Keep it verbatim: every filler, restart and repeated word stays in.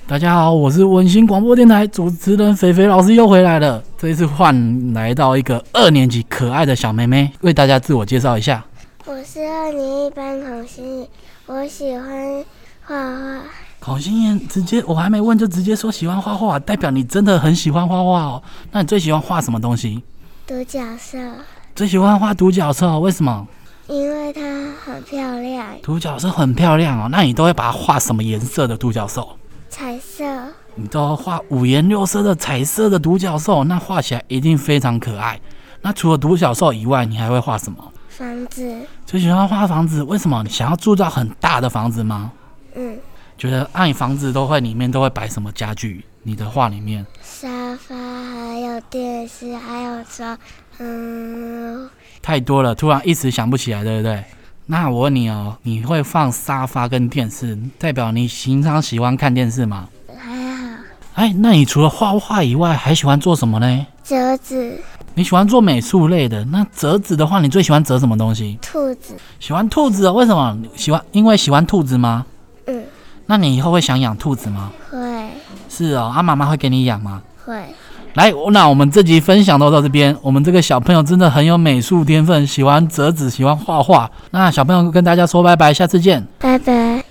大家好，我是文心广播电台主持人肥肥老师又回来了。这一次换来到一个二年级可爱的小妹妹，为大家自我介绍一下。 我是二年一班孔心怡，我喜欢画画。 孔心怡直接我还没问就直接说喜欢画画，代表你真的很喜欢画画哦。那你最喜欢画什么东西？ 独角兽。 最喜欢画独角兽，为什么？ 因为它很漂亮。 独角兽很漂亮哦，那你都会把它画什么颜色的独角兽？ 彩色。 你都画五颜六色的彩色的独角兽，那画起来一定非常可爱。那除了独角兽以外，你还会画什么？ 房子。 最喜欢画房子，为什么？你想要住到很大的房子吗？ 嗯。 觉得按、啊、房子都会里面都会摆什么家具？你的画里面？ 沙发，还有电视，还有床。嗯。 太多了，突然一时想不起来，对不对？那我问你哦，你会放沙发跟电视，代表你平常喜欢看电视吗？ 还好。 哎，那你除了画画以外，还喜欢做什么呢？ 折纸。 你喜欢做美术类的，那折纸的话，你最喜欢折什么东西？ 兔子。喜欢兔子哦？为什么？喜欢？因为喜欢兔子吗？ 嗯。 那你以后会想养兔子吗？ 会。 是哦，啊，妈妈会给你养吗？ 会。 来，那我们这集分享到到这边。我们这个小朋友真的很有美术天分，喜欢折纸，喜欢画画。那小朋友跟大家说拜拜，下次见， 拜拜。